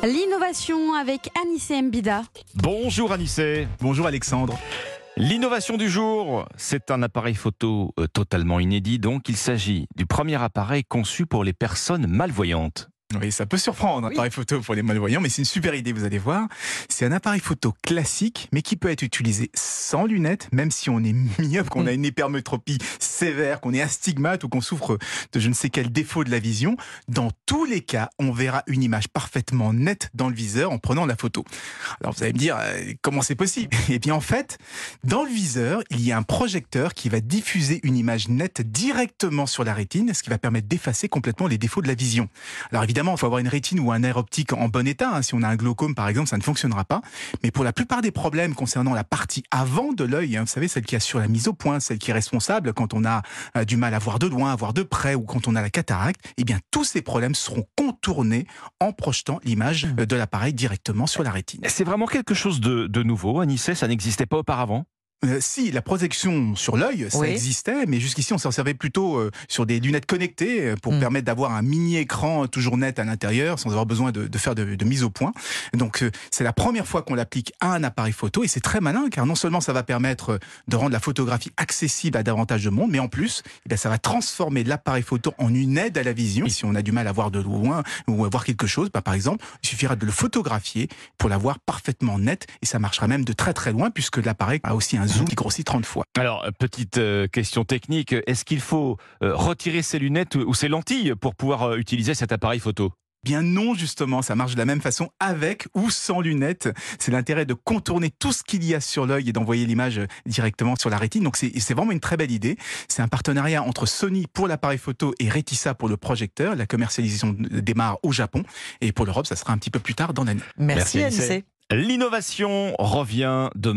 L'innovation avec Anissé Mbida. Bonjour Anissé. Bonjour Alexandre. L'innovation du jour, c'est un appareil photo totalement inédit. Donc il s'agit du premier appareil conçu pour les personnes malvoyantes. Oui, ça peut surprendre, un appareil photo pour les malvoyants, mais c'est une super idée, vous allez voir. C'est un appareil photo classique, mais qui peut être utilisé sans lunettes, même si on est myope, qu'on a une hypermétropie sévère, qu'on est astigmate ou qu'on souffre de je ne sais quel défaut de la vision. Dans tous les cas, on verra une image parfaitement nette dans le viseur en prenant la photo. Alors vous allez me dire, comment c'est possible ? Eh bien en fait, dans le viseur, il y a un projecteur qui va diffuser une image nette directement sur la rétine, ce qui va permettre d'effacer complètement les défauts de la vision. Alors évidemment, il faut avoir une rétine ou un nerf optique en bon état. Si on a un glaucome, par exemple, ça ne fonctionnera pas. Mais pour la plupart des problèmes concernant la partie avant de l'œil, vous savez, celle qui assure la mise au point, celle qui est responsable quand on a du mal à voir de loin, à voir de près ou quand on a la cataracte, eh bien, tous ces problèmes seront contournés en projetant l'image de l'appareil directement sur la rétine. C'est vraiment quelque chose de nouveau, Anissé, ça n'existait pas auparavant ? Si, la projection sur l'œil, ça existait, mais jusqu'ici, on s'en servait plutôt sur des lunettes connectées pour permettre d'avoir un mini-écran toujours net à l'intérieur, sans avoir besoin de faire de mise au point. Donc, c'est la première fois qu'on l'applique à un appareil photo, et c'est très malin, car non seulement ça va permettre de rendre la photographie accessible à davantage de monde, mais en plus, ça va transformer l'appareil photo en une aide à la vision. Et si on a du mal à voir de loin ou à voir quelque chose, par exemple, il suffira de le photographier pour la voir parfaitement nette, et ça marchera même de très très loin, puisque l'appareil a aussi un zoom qui grossit 30 fois. Alors, petite question technique, est-ce qu'il faut retirer ses lunettes ou ses lentilles pour pouvoir utiliser cet appareil photo ? Bien non, justement, ça marche de la même façon avec ou sans lunettes. C'est l'intérêt de contourner tout ce qu'il y a sur l'œil et d'envoyer l'image directement sur la rétine. Donc c'est vraiment une très belle idée. C'est un partenariat entre Sony pour l'appareil photo et Retissa pour le projecteur. La commercialisation démarre au Japon et pour l'Europe, ça sera un petit peu plus tard dans l'année. Merci Anissé. L'innovation revient demain.